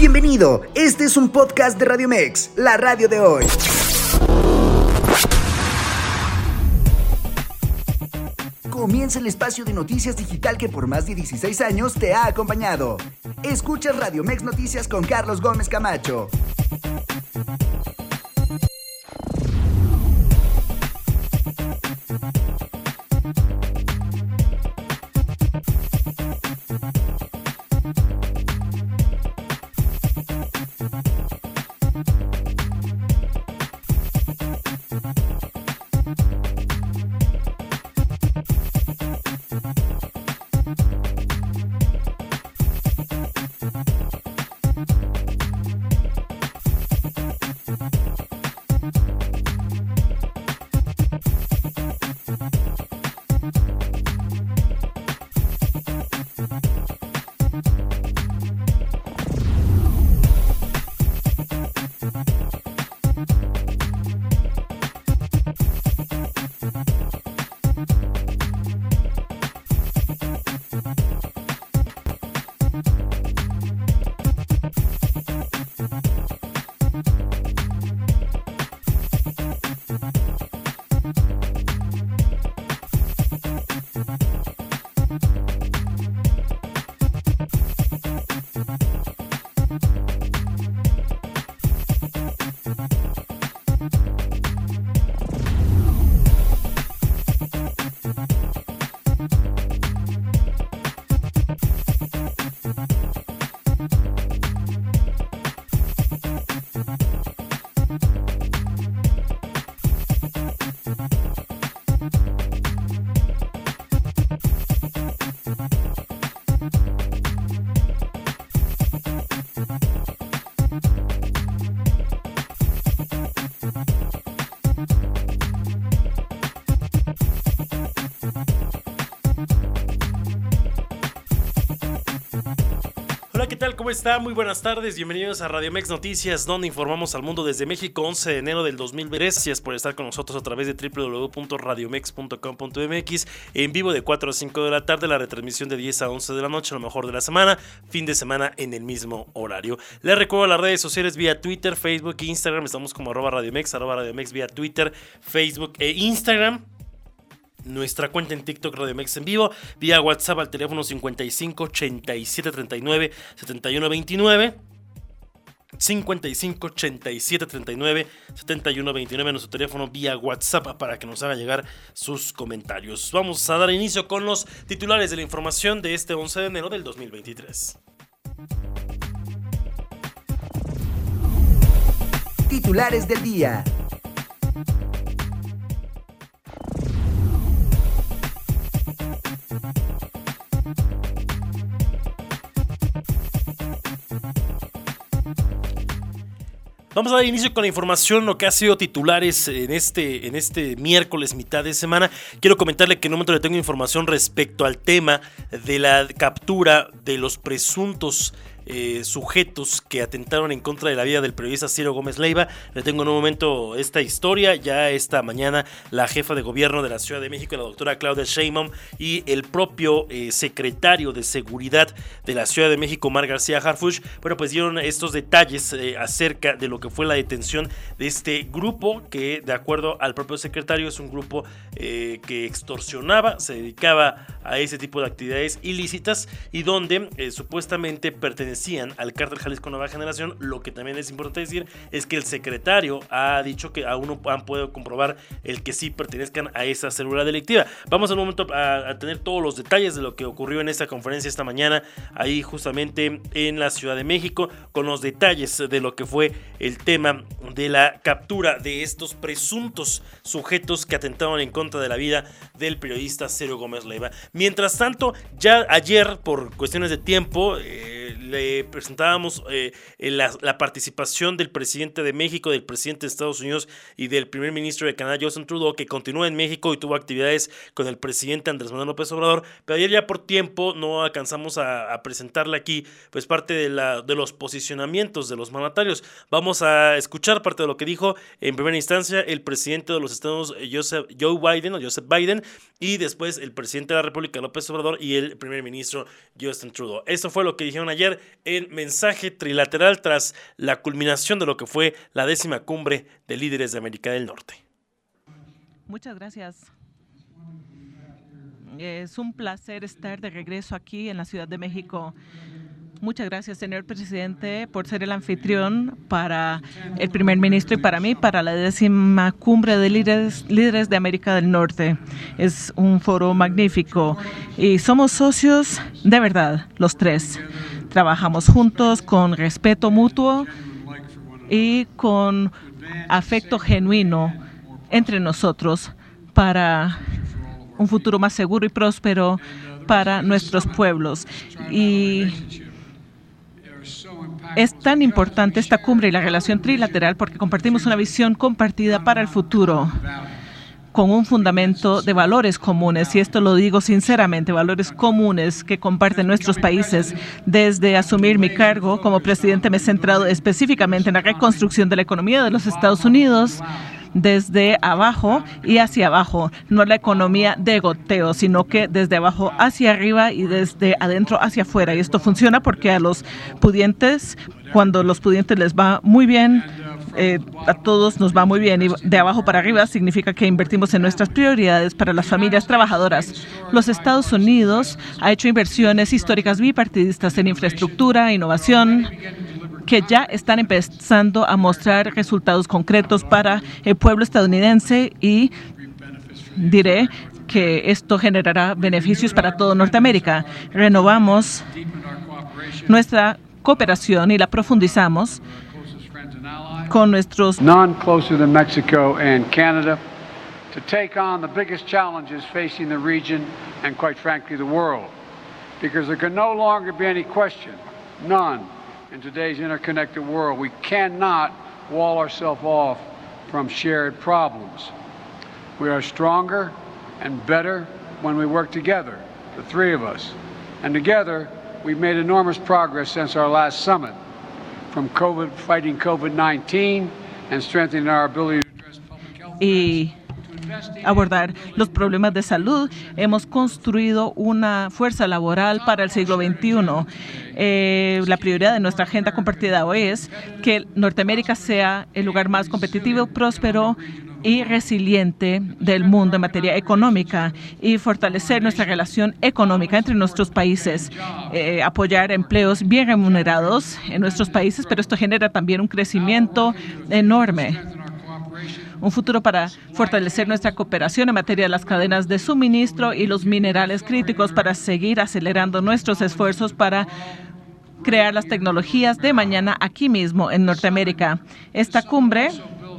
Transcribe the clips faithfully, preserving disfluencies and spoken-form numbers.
Bienvenido, este es un podcast de Radio Mex, la radio de hoy. Comienza el espacio de noticias digital que por más de dieciséis años te ha acompañado. Escucha Radio Mex Noticias con Carlos Gómez Camacho. Hola, ¿qué tal? ¿Cómo está? Muy buenas tardes, bienvenidos a Radio Mex Noticias, donde informamos al mundo desde México, once de enero del dos mil veinte. Gracias por estar con nosotros a través de doble u doble u doble u punto radio mex punto com punto m x, en vivo de cuatro a cinco de la tarde, la retransmisión de diez a once de la noche, lo mejor de la semana, fin de semana en el mismo horario. Les recuerdo las redes sociales vía Twitter, Facebook e Instagram, estamos como arroba Radio Mex, arroba Radio Mex vía Twitter, Facebook e Instagram. Nuestra cuenta en TikTok Radio Mex en vivo, vía WhatsApp al teléfono cincuenta y cinco, ochenta y siete, treinta y nueve, setenta y uno veintinueve, cincuenta y cinco, ochenta y siete, treinta y nueve, setenta y uno veintinueve, nuestro teléfono vía WhatsApp para que nos haga llegar sus comentarios. Vamos a dar inicio con los titulares de la información de este once de enero del dos mil veintitrés. Titulares del día. Vamos a dar inicio con la información, lo que ha sido titulares en este, en este miércoles, mitad de semana. Quiero comentarle que en un momento le tengo información respecto al tema de la captura de los presuntos Eh, sujetos que atentaron en contra de la vida del periodista Ciro Gómez Leiva. Le tengo en un momento esta historia. Ya esta mañana la jefa de gobierno de la Ciudad de México, la doctora Claudia Sheinbaum, y el propio eh, secretario de Seguridad de la Ciudad de México, Omar García Harfuch, bueno, pues dieron estos detalles eh, acerca de lo que fue la detención de este grupo, que de acuerdo al propio secretario es un grupo eh, que extorsionaba, se dedicaba a ese tipo de actividades ilícitas y donde eh, supuestamente pertenecía al cártel Jalisco Nueva Generación. Lo que también es importante decir es que el secretario ha dicho que aún no han podido comprobar el que sí pertenezcan a esa célula delictiva. Vamos en un momento a, a tener todos los detalles de lo que ocurrió en esta conferencia esta mañana, ahí justamente en la Ciudad de México, con los detalles de lo que fue el tema de la captura de estos presuntos sujetos que atentaron en contra de la vida del periodista Ciro Gómez Leiva. Mientras tanto, ya ayer, por cuestiones de tiempo, eh, le presentábamos eh, la, la participación del presidente de México, del presidente de Estados Unidos y del primer ministro de Canadá, Justin Trudeau, que continúa en México y tuvo actividades con el presidente Andrés Manuel López Obrador. Pero ayer ya por tiempo no alcanzamos a, a presentarle aquí pues parte de, la, de los posicionamientos de los mandatarios. Vamos a escuchar parte de lo que dijo en primera instancia el presidente de los Estados Unidos, Joseph, Joe Biden o Joseph Biden, y después el presidente de la República, López Obrador, y el primer ministro Justin Trudeau. Esto fue lo que dijeron ayer en mensaje trilateral tras la culminación de lo que fue la décima cumbre de líderes de América del Norte. Muchas gracias. Es un placer estar de regreso aquí en la Ciudad de México. Muchas gracias, señor presidente, por ser el anfitrión para el primer ministro y para mí, para la décima cumbre de líderes, líderes de América del Norte. Es un foro magnífico y somos socios de verdad, los tres. Trabajamos juntos con respeto mutuo y con afecto genuino entre nosotros para un futuro más seguro y próspero para nuestros pueblos. Y es tan importante esta cumbre y la relación trilateral porque compartimos una visión compartida para el futuro con un fundamento de valores comunes, y esto lo digo sinceramente, valores comunes que comparten nuestros países. Desde asumir mi cargo como presidente me he centrado específicamente en la reconstrucción de la economía de los Estados Unidos, desde abajo y hacia abajo, no la economía de goteo, sino que desde abajo hacia arriba y desde adentro hacia afuera. Y esto funciona porque a los pudientes, cuando los pudientes les va muy bien, eh, a todos nos va muy bien. Y de abajo para arriba significa que invertimos en nuestras prioridades para las familias trabajadoras. Los Estados Unidos ha hecho inversiones históricas bipartidistas en infraestructura, innovación, que ya están empezando a mostrar resultados concretos para el pueblo estadounidense, y diré que esto generará beneficios para todo Norteamérica. Renovamos nuestra cooperación y la profundizamos con nuestros none closer than Mexico and Canada to take on the biggest challenges facing the region and, quite frankly, the world, because there can no longer be any question, none. In today's interconnected world, we cannot wall ourselves off from shared problems. We are stronger and better when we work together, the three of us. And together, we've made enormous progress since our last summit, from COVID, fighting COVID nineteen and strengthening our ability to address public health y abordar los problemas de salud. Hemos construido una fuerza laboral para el siglo veintiuno. Eh, la prioridad de nuestra agenda compartida hoy es que Norteamérica sea el lugar más competitivo, próspero y resiliente del mundo en materia económica, y fortalecer nuestra relación económica entre nuestros países, eh, apoyar empleos bien remunerados en nuestros países, pero esto genera también un crecimiento enorme. Un futuro para fortalecer nuestra cooperación en materia de las cadenas de suministro y los minerales críticos, para seguir acelerando nuestros esfuerzos para crear las tecnologías de mañana aquí mismo en Norteamérica. Esta cumbre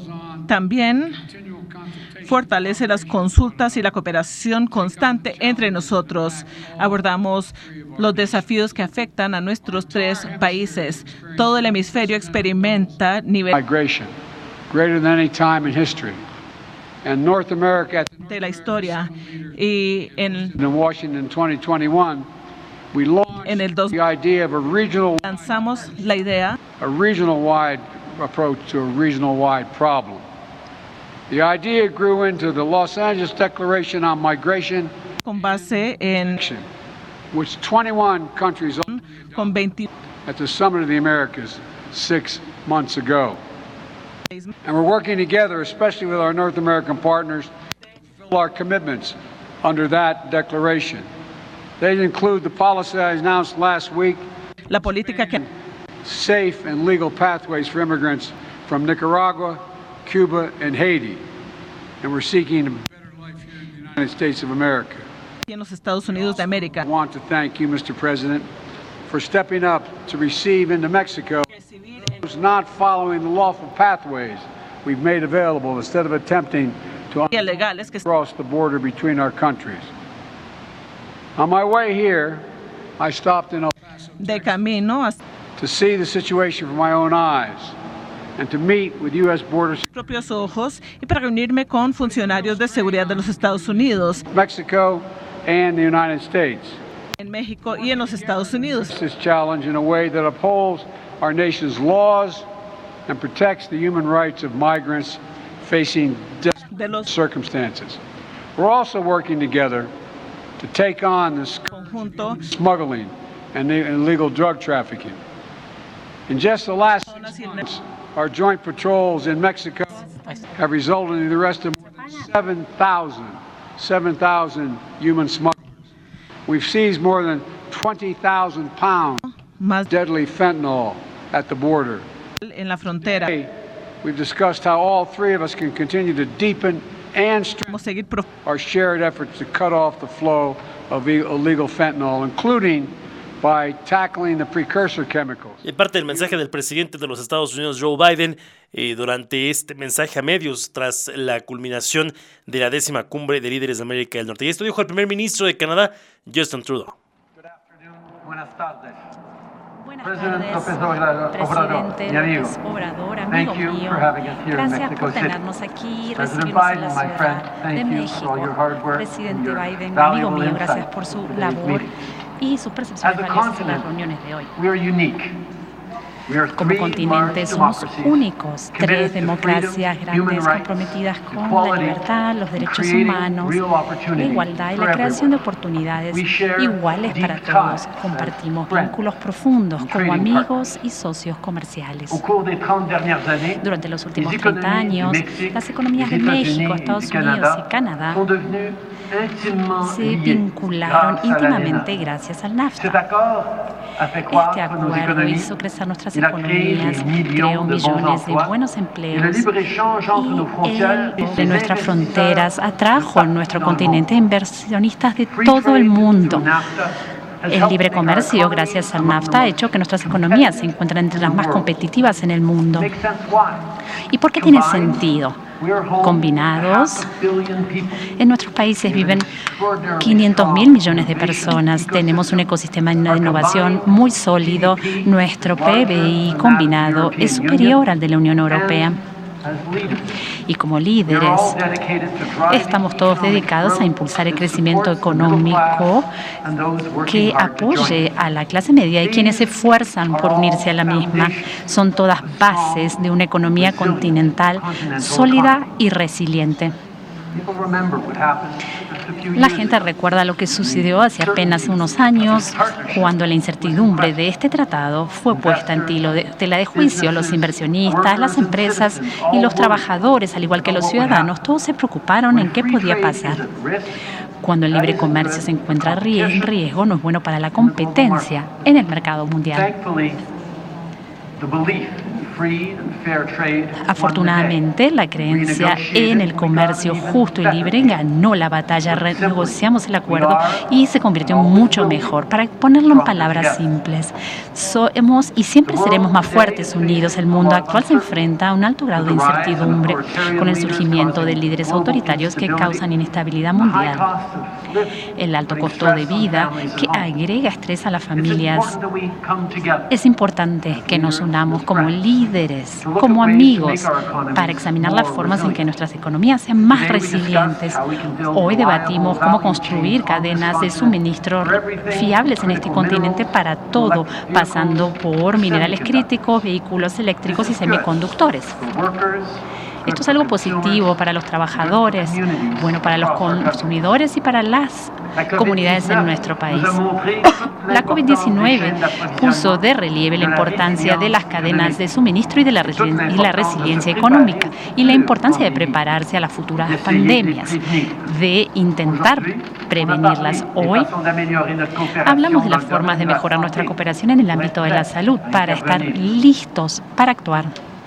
también fortalece las consultas y la cooperación constante entre nosotros. Abordamos los desafíos que afectan a nuestros tres países. Todo el hemisferio experimenta niveles greater than any time in history. And North America de la historia, y en, in Washington twenty twenty-one, we launched en el dos, the idea of a regional lanzamos la idea a regional wide approach to a regional wide problem. The idea grew into the Los Angeles Declaration on Migration, con base en which twenty-one countries con veinte at the Summit of the Americas six months ago. And we're working together, especially with our North American partners, to fulfill our commitments under that declaration. They include the policy I announced last week, la política que safe and legal pathways for immigrants from Nicaragua, Cuba, and Haiti. And we're seeking a better life here in the United States of America. en los Estados Unidos de América. I want to thank you, Mister President, for stepping up to receive into Mexico those not following the lawful pathways we've made available instead of attempting to cross the border between our countries. On my way here, I stopped in El Paso, de camino a to see the situation from my own eyes and to meet with U S Border propios ojos y para reunirme con funcionarios de seguridad de los Estados Unidos, Mexico and the United States. En México y en los Estados Unidos. This challenge in a way that upholds our nation's laws and protects the human rights of migrants facing desperate circumstances. We're also working together to take on this Conjunto smuggling and illegal drug trafficking. In just the last six months, our joint patrols in Mexico have resulted in the arrest of more than seven thousand human smugglers. We've seized more than twenty thousand pounds of deadly fentanyl at the border. En la frontera. Today, we've discussed how all three of us can continue to deepen and strengthen our shared efforts to cut off the flow of illegal fentanyl, including by tackling the precursor chemicals. En parte del mensaje del presidente de los Estados Unidos, Joe Biden, eh, durante este mensaje a medios tras la culminación de la décima cumbre de líderes de América del Norte. Y esto dijo el primer ministro de Canadá, Justin Trudeau. Buenas tardes. Buenas tardes, presidente López Obrador, amigo mío. Gracias por tenernos aquí y recibirnos en la Ciudad de México. Presidente Biden, amigo mío, gracias por su labor y sus percepciones valiosas en las reuniones de hoy. Como continente somos únicos, tres democracias grandes comprometidas con la libertad, los derechos humanos, la igualdad y la creación de oportunidades iguales para todos. Compartimos vínculos profundos como amigos y socios comerciales. Durante los últimos treinta años, las economías de México, Estados Unidos y Canadá se vincularon íntimamente gracias al NAFTA. Este acuerdo hizo crecer nuestras economías, creó millones de buenos empleos y el de nuestras fronteras atrajo en nuestro continente inversionistas de todo el mundo. El libre comercio, gracias al NAFTA, ha hecho que nuestras economías se encuentren entre las más competitivas en el mundo. ¿Y por qué tiene sentido? Combinados, en nuestros países viven quinientos mil millones de personas. Tenemos un ecosistema de innovación muy sólido. Nuestro P B I combinado es superior al de la Unión Europea. Y como líderes, estamos todos dedicados a impulsar el crecimiento económico que apoye a la clase media y quienes se esfuerzan por unirse a la misma. Son todas bases de una economía continental sólida y resiliente. La gente recuerda lo que sucedió hace apenas unos años, cuando la incertidumbre de este tratado fue puesta en tela de juicio. Los inversionistas, las empresas y los trabajadores, al igual que los ciudadanos, todos se preocuparon en qué podía pasar. Cuando el libre comercio se encuentra en riesgo, no es bueno para la competencia en el mercado mundial. Afortunadamente, la creencia en el comercio justo y libre ganó la batalla. Renegociamos el acuerdo y se convirtió en mucho mejor. Para ponerlo en palabras simples, somos y siempre seremos más fuertes unidos. El mundo actual se enfrenta a un alto grado de incertidumbre con el surgimiento de líderes autoritarios que causan inestabilidad mundial. El alto costo de vida que agrega estrés a las familias. Es importante que nos unamos como líderes, como amigos, para examinar las formas en que nuestras economías sean más resilientes. Hoy debatimos cómo construir cadenas de suministro fiables en este continente para todo, pasando por minerales críticos, vehículos eléctricos y semiconductores. Esto es algo positivo para los trabajadores, bueno para los consumidores y para las comunidades en nuestro país. La COVID diecinueve puso de relieve la importancia de las cadenas de suministro y de la, y la resiliencia económica y la importancia de prepararse a las futuras pandemias, de intentar prevenirlas. Hoy hablamos de las formas de mejorar nuestra cooperación en el ámbito de la salud para estar listos para actuar.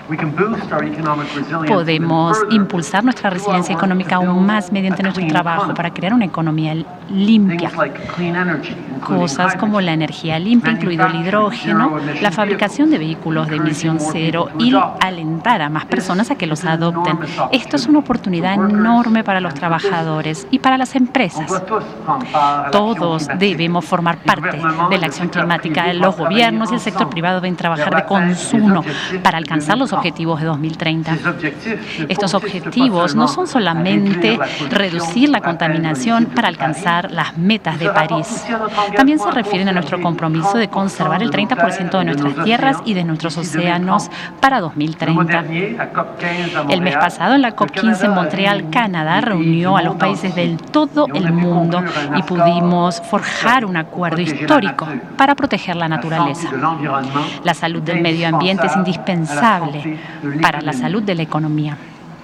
Podemos impulsar nuestra resiliencia económica aún más mediante nuestro trabajo para crear una economía limpia. Cosas como la energía limpia, incluido el hidrógeno, la fabricación de vehículos de emisión cero y alentar a más personas a que los adopten. Esto es una oportunidad enorme para los trabajadores y para las empresas. Todos debemos formar parte de la acción climática. Los gobiernos y el sector privado deben trabajar de consumo para alcanzar los objetivos de dos mil treinta. Estos objetivos no son solamente reducir la contaminación para alcanzar las metas de París. También se refieren a nuestro compromiso de conservar el treinta por ciento de nuestras tierras y de nuestros océanos para dos mil treinta. El mes pasado, en la COP quince en Montreal, Canadá reunió a los países de todo el mundo y pudimos forjar un acuerdo histórico para proteger la naturaleza. La salud del medio ambiente es indispensable para la salud de la economía.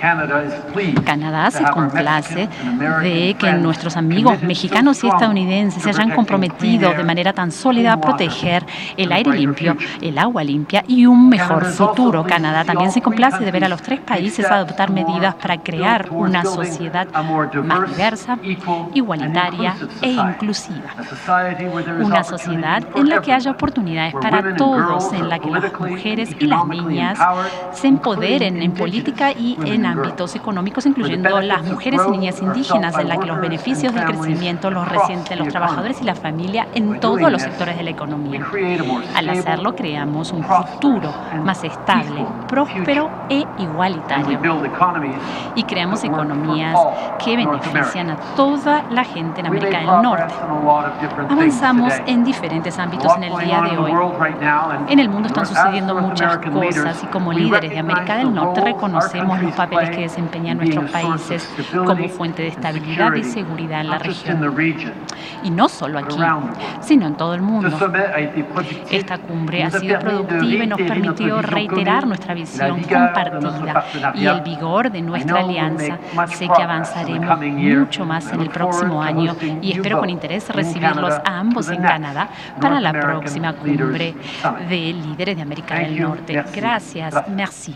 Canadá se complace de que nuestros amigos mexicanos y estadounidenses se hayan comprometido de manera tan sólida a proteger el aire limpio, el agua limpia y un mejor futuro. Canadá también se complace de ver a los tres países adoptar medidas para crear una sociedad más diversa, igualitaria e inclusiva. Una sociedad en la que haya oportunidades para todos, en la que las mujeres y las niñas se empoderen en política y en ámbitos económicos, incluyendo las mujeres y niñas indígenas, en la que los beneficios del crecimiento los resienten los trabajadores y la familia en todos los sectores de la economía. Al hacerlo, creamos un futuro más estable, próspero e igualitario. Y creamos economías que benefician a toda la gente en América del Norte. Avanzamos en diferentes ámbitos en el día de hoy. En el mundo están sucediendo muchas cosas y como líderes de América del Norte reconocemos los papeles que desempeñan nuestros países como fuente de estabilidad y seguridad en la región. Y no solo aquí, sino en todo el mundo. Esta cumbre ha sido productiva y nos permitió reiterar nuestra visión compartida y el vigor de nuestra alianza. Sé que avanzaremos mucho más en el próximo año y espero con interés recibirlos a ambos en Canadá para la próxima cumbre de líderes de América del Norte. Gracias. Merci.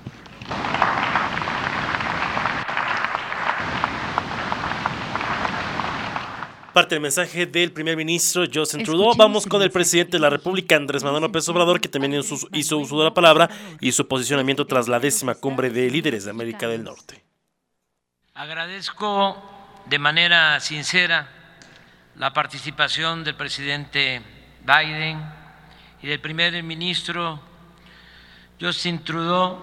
Parte del mensaje del primer ministro Justin Trudeau. Vamos con el presidente de la República, Andrés Manuel López Obrador, que también hizo uso de la palabra y su posicionamiento tras la décima cumbre de líderes de América del Norte. Agradezco de manera sincera la participación del presidente Biden y del primer ministro Justin Trudeau,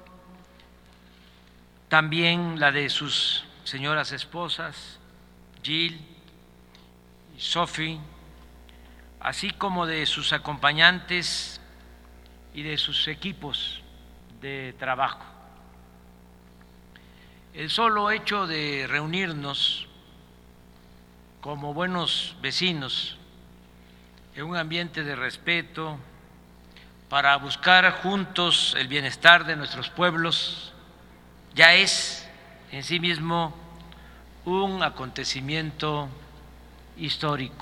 también la de sus señoras esposas, Jill y Sophie, así como de sus acompañantes y de sus equipos de trabajo. El solo hecho de reunirnos como buenos vecinos en un ambiente de respeto para buscar juntos el bienestar de nuestros pueblos ya es en sí mismo un acontecimiento histórico.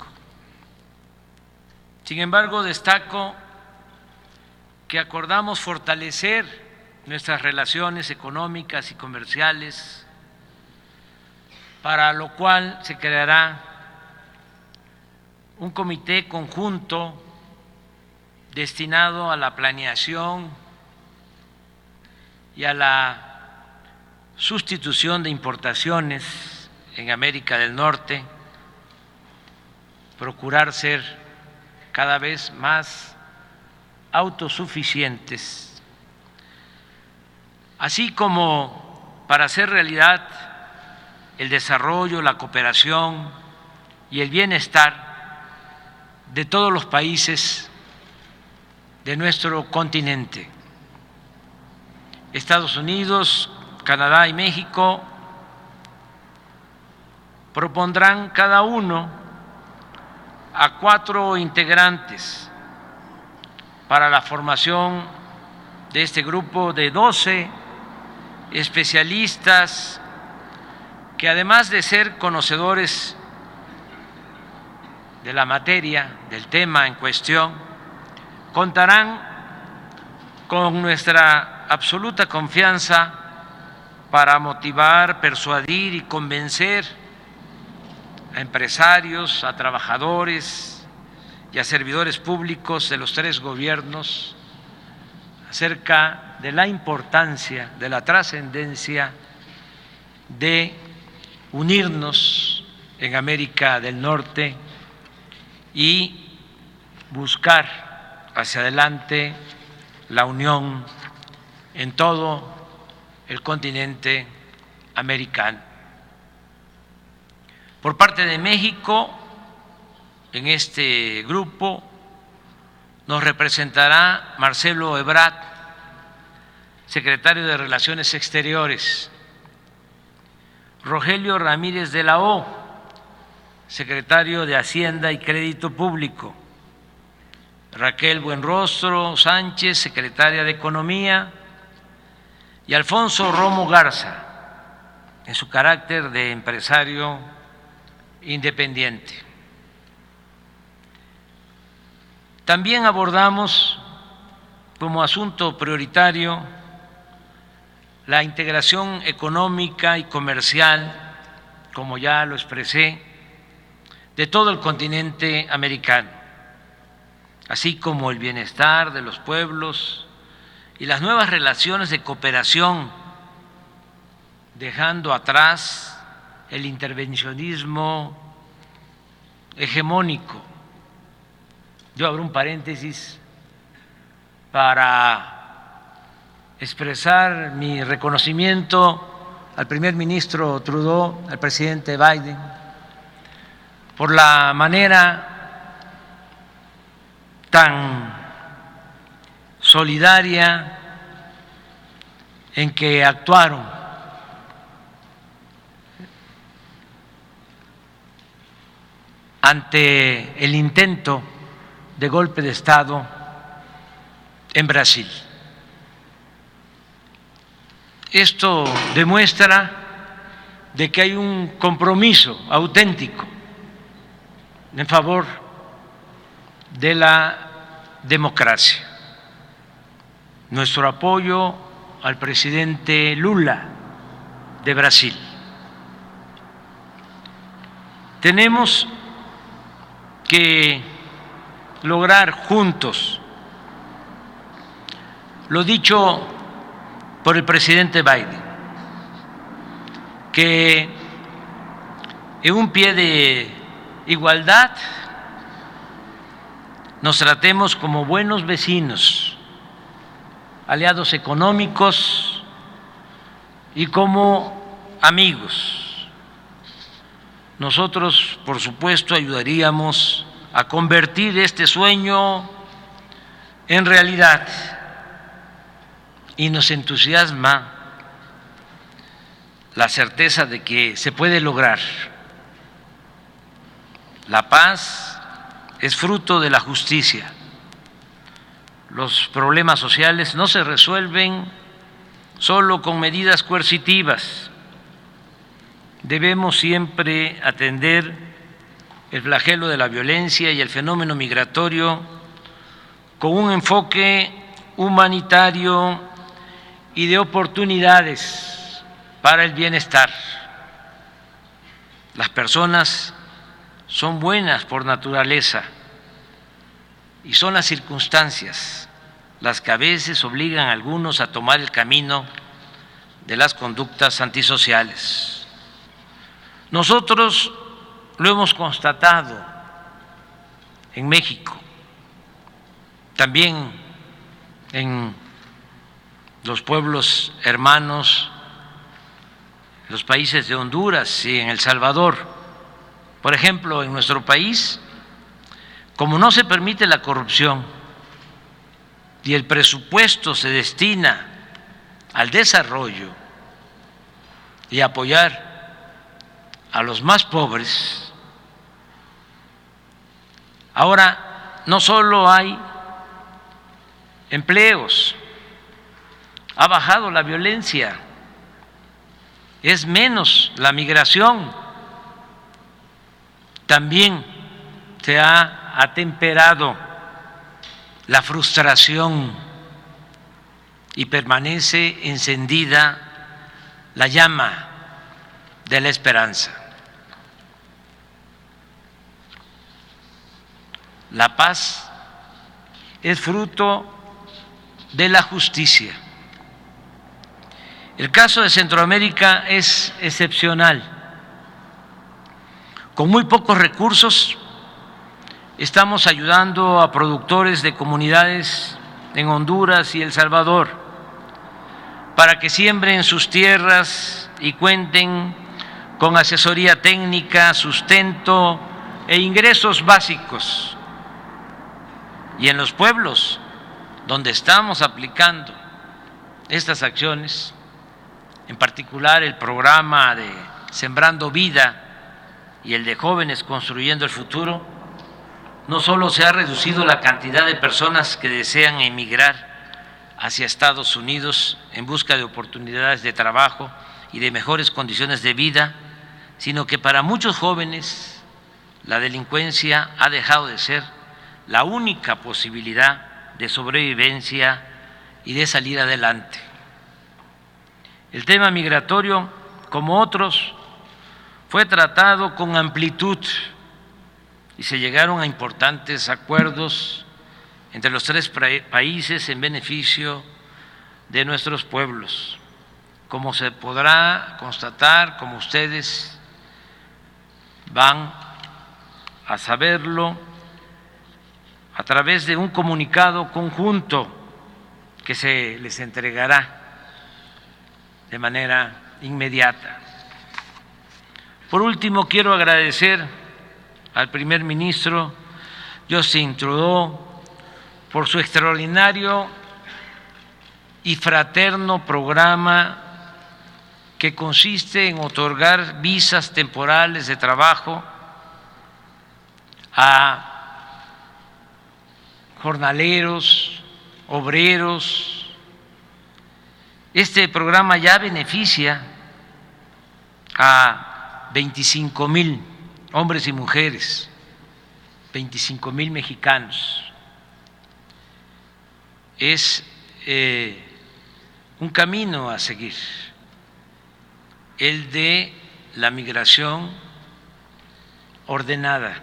Sin embargo, destaco que acordamos fortalecer nuestras relaciones económicas y comerciales, para lo cual se creará un comité conjunto destinado a la planeación y a la sustitución de importaciones en América del Norte, procurar ser cada vez más autosuficientes, así como para hacer realidad el desarrollo, la cooperación y el bienestar de todos los países de nuestro continente. Estados Unidos, Canadá y México propondrán cada uno a cuatro integrantes para la formación de este grupo de doce especialistas que, además de ser conocedores de la materia, del tema en cuestión, contarán con nuestra absoluta confianza para motivar, persuadir y convencer a empresarios, a trabajadores y a servidores públicos de los tres gobiernos acerca de la importancia, de la trascendencia de unirnos en América del Norte y buscar hacia adelante la unión en todo el continente americano. Por parte de México, en este grupo nos representará Marcelo Ebrard, secretario de Relaciones Exteriores, Rogelio Ramírez de la O, secretario de Hacienda y Crédito Público, Raquel Buenrostro Sánchez, secretaria de Economía, y Alfonso Romo Garza, en su carácter de empresario independiente. También abordamos como asunto prioritario la integración económica y comercial, como ya lo expresé, de todo el continente americano, así como el bienestar de los pueblos y las nuevas relaciones de cooperación, dejando atrás el intervencionismo hegemónico. Yo abro un paréntesis para expresar mi reconocimiento al primer ministro Trudeau, al presidente Biden, por la manera tan solidaria en que actuaron ante el intento de golpe de Estado en Brasil. Esto demuestra de que hay un compromiso auténtico en favor de la democracia. Nuestro apoyo al presidente Lula de Brasil. Tenemos que lograr juntos lo dicho por el presidente Biden, que en un pie de igualdad nos tratemos como buenos vecinos, aliados económicos y como amigos. Nosotros, por supuesto, ayudaríamos a convertir este sueño en realidad y nos entusiasma la certeza de que se puede lograr. La paz es fruto de la justicia. Los problemas sociales no se resuelven solo con medidas coercitivas. Debemos siempre atender el flagelo de la violencia y el fenómeno migratorio con un enfoque humanitario y de oportunidades para el bienestar. Las personas son buenas por naturaleza y son las circunstancias las que a veces obligan a algunos a tomar el camino de las conductas antisociales. Nosotros lo hemos constatado en México, también en los pueblos hermanos, los países de Honduras y en El Salvador. Por ejemplo, en nuestro país, como no se permite la corrupción y el presupuesto se destina al desarrollo y apoyar a los más pobres, ahora no solo hay empleos, ha bajado la violencia, es menos la migración, también se ha atemperado la frustración y permanece encendida la llama de la esperanza. La paz es fruto de la justicia. El caso de Centroamérica es excepcional. Con muy pocos recursos estamos ayudando a productores de comunidades en Honduras y El Salvador para que siembren sus tierras y cuenten con asesoría técnica, sustento e ingresos básicos. Y en los pueblos donde estamos aplicando estas acciones, en particular el programa de Sembrando Vida y el de Jóvenes Construyendo el Futuro, no solo se ha reducido la cantidad de personas que desean emigrar hacia Estados Unidos en busca de oportunidades de trabajo y de mejores condiciones de vida, sino que para muchos jóvenes la delincuencia ha dejado de ser la única posibilidad de sobrevivencia y de salir adelante. El tema migratorio, como otros, fue tratado con amplitud y se llegaron a importantes acuerdos entre los tres países en beneficio de nuestros pueblos. Como se podrá constatar, como ustedes van a saberlo, a través de un comunicado conjunto que se les entregará de manera inmediata. Por último, quiero agradecer al primer ministro Justin Trudeau por su extraordinario y fraterno programa que consiste en otorgar visas temporales de trabajo a jornaleros, obreros. Este programa ya beneficia a veinticinco mil hombres y mujeres, veinticinco mil mexicanos. Es eh, un camino a seguir, el de la migración ordenada.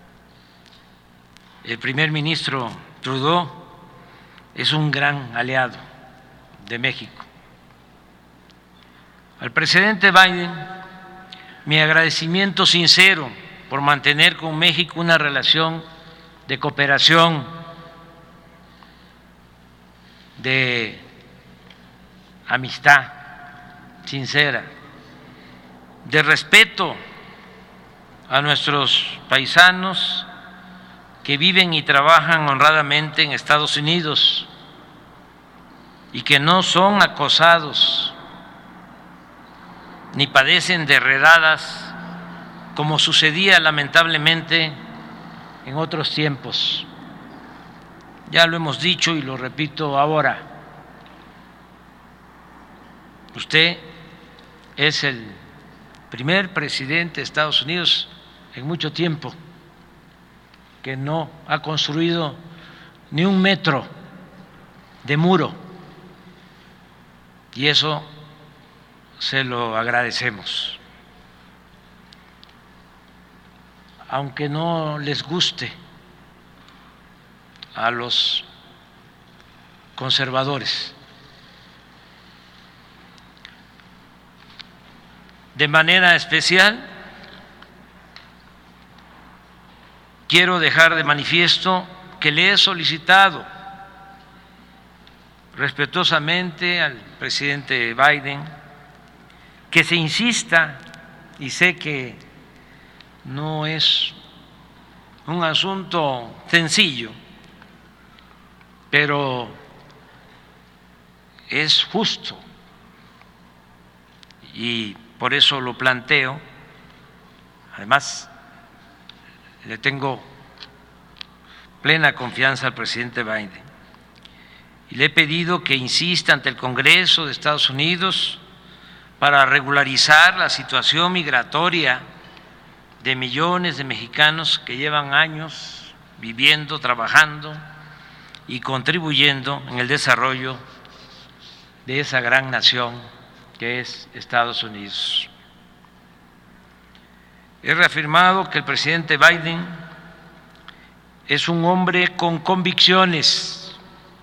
El primer ministro Trudeau es un gran aliado de México. Al presidente Biden, mi agradecimiento sincero por mantener con México una relación de cooperación, de amistad sincera, de respeto a nuestros paisanos que viven y trabajan honradamente en Estados Unidos y que no son acosados ni padecen de redadas como sucedía lamentablemente en otros tiempos. Ya lo hemos dicho y lo repito ahora. Usted es el primer presidente de Estados Unidos en mucho tiempo que no ha construido ni un metro de muro, y eso se lo agradecemos. Aunque no les guste a los conservadores. De manera especial, quiero dejar de manifiesto que le he solicitado respetuosamente al presidente Biden que se insista, y sé que no es un asunto sencillo, pero es justo y por eso lo planteo. Además, le tengo plena confianza al presidente Biden y le he pedido que insista ante el Congreso de Estados Unidos para regularizar la situación migratoria de millones de mexicanos que llevan años viviendo, trabajando y contribuyendo en el desarrollo de esa gran nación que es Estados Unidos. He reafirmado que el presidente Biden es un hombre con convicciones,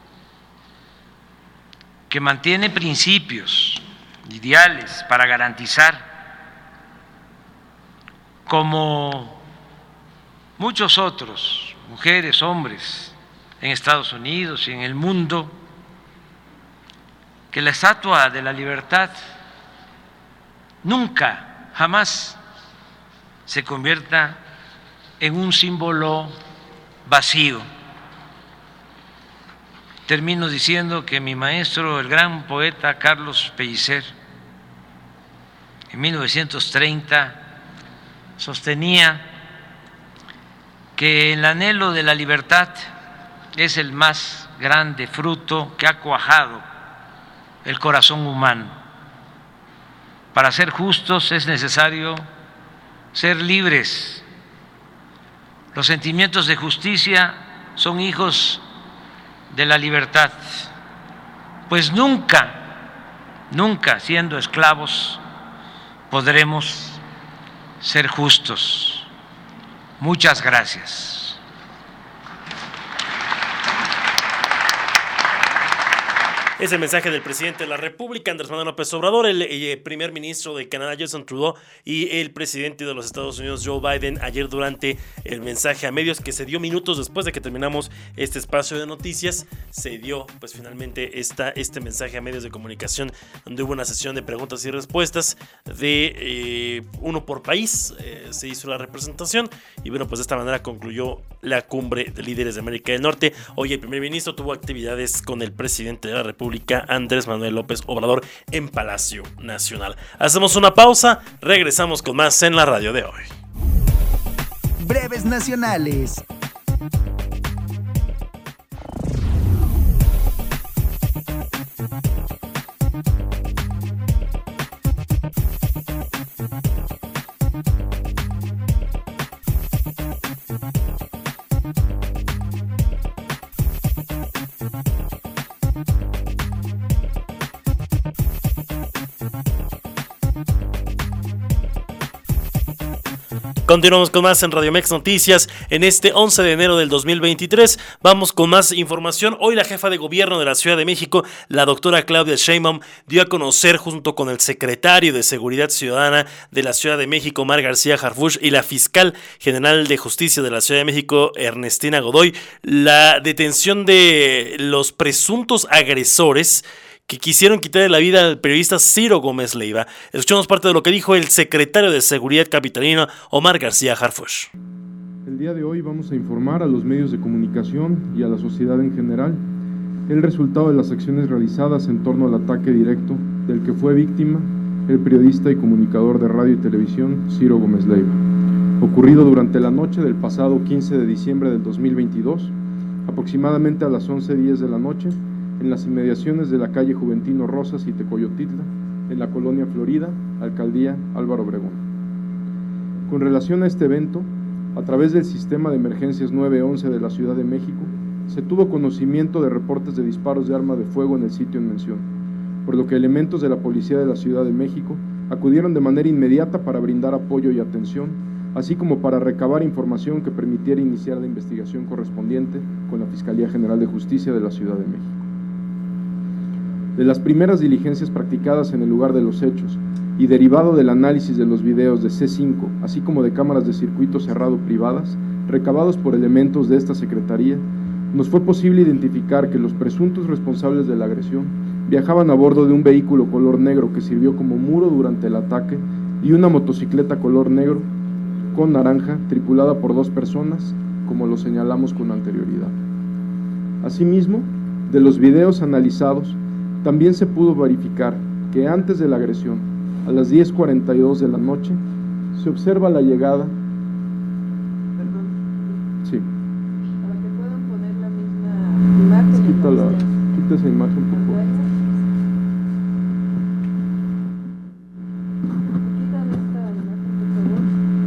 que mantiene principios, ideales para garantizar, como muchos otros, mujeres, hombres, en Estados Unidos y en el mundo, que la Estatua de la Libertad nunca, jamás se convierta en un símbolo vacío. Termino diciendo que mi maestro, el gran poeta Carlos Pellicer, en mil novecientos treinta sostenía que el anhelo de la libertad es el más grande fruto que ha cuajado el corazón humano. Para ser justos es necesario ser libres. Los sentimientos de justicia son hijos de la libertad, pues nunca, nunca siendo esclavos podremos ser justos. Muchas gracias. Es el mensaje del presidente de la República, Andrés Manuel López Obrador, el, el primer ministro de Canadá, Justin Trudeau, y el presidente de los Estados Unidos, Joe Biden, ayer durante el mensaje a medios que se dio minutos después de que terminamos este espacio de noticias. Se dio pues finalmente esta, este mensaje a medios de comunicación, donde hubo una sesión de preguntas y respuestas de eh, uno por país. Eh, se hizo la representación y bueno, pues de esta manera concluyó la cumbre de líderes de América del Norte. Hoy el primer ministro tuvo actividades con el presidente de la República, Andrés Manuel López Obrador, en Palacio Nacional. Hacemos una pausa, regresamos con más en la radio de hoy. Breves nacionales. Continuamos con más en Radio Mex Noticias. En este once de enero del dos mil veintitrés vamos con más información. Hoy la jefa de gobierno de la Ciudad de México, la doctora Claudia Sheinbaum, dio a conocer junto con el secretario de Seguridad Ciudadana de la Ciudad de México, Omar García Harfuch, y la fiscal general de Justicia de la Ciudad de México, Ernestina Godoy, la detención de los presuntos agresores que quisieron quitarle la vida al periodista Ciro Gómez Leiva. Escuchamos parte de lo que dijo el secretario de Seguridad capitalino, Omar García Harfuch. El día de hoy vamos a informar a los medios de comunicación y a la sociedad en general el resultado de las acciones realizadas en torno al ataque directo del que fue víctima el periodista y comunicador de radio y televisión Ciro Gómez Leiva, ocurrido durante la noche del pasado quince de diciembre del dos mil veintidós, aproximadamente a las once diez de la noche, en las inmediaciones de la calle Juventino Rosas y Tecoyotitla, en la colonia Florida, alcaldía Álvaro Obregón. Con relación a este evento, a través del sistema de emergencias nueve once de la Ciudad de México, se tuvo conocimiento de reportes de disparos de arma de fuego en el sitio en mención, por lo que elementos de la Policía de la Ciudad de México acudieron de manera inmediata para brindar apoyo y atención, así como para recabar información que permitiera iniciar la investigación correspondiente con la Fiscalía General de Justicia de la Ciudad de México. De las primeras diligencias practicadas en el lugar de los hechos y derivado del análisis de los videos de C cinco, así como de cámaras de circuito cerrado privadas, recabados por elementos de esta Secretaría, nos fue posible identificar que los presuntos responsables de la agresión viajaban a bordo de un vehículo color negro que sirvió como muro durante el ataque y una motocicleta color negro con naranja tripulada por dos personas, como lo señalamos con anterioridad. Asimismo, de los videos analizados, también se pudo verificar que antes de la agresión, a las diez cuarenta y dos de la noche, se observa la llegada. Perdón. Sí. Para que puedan poner la misma imagen. Quita, la, quita esa imagen, por favor. Quitan esta imagen, por favor.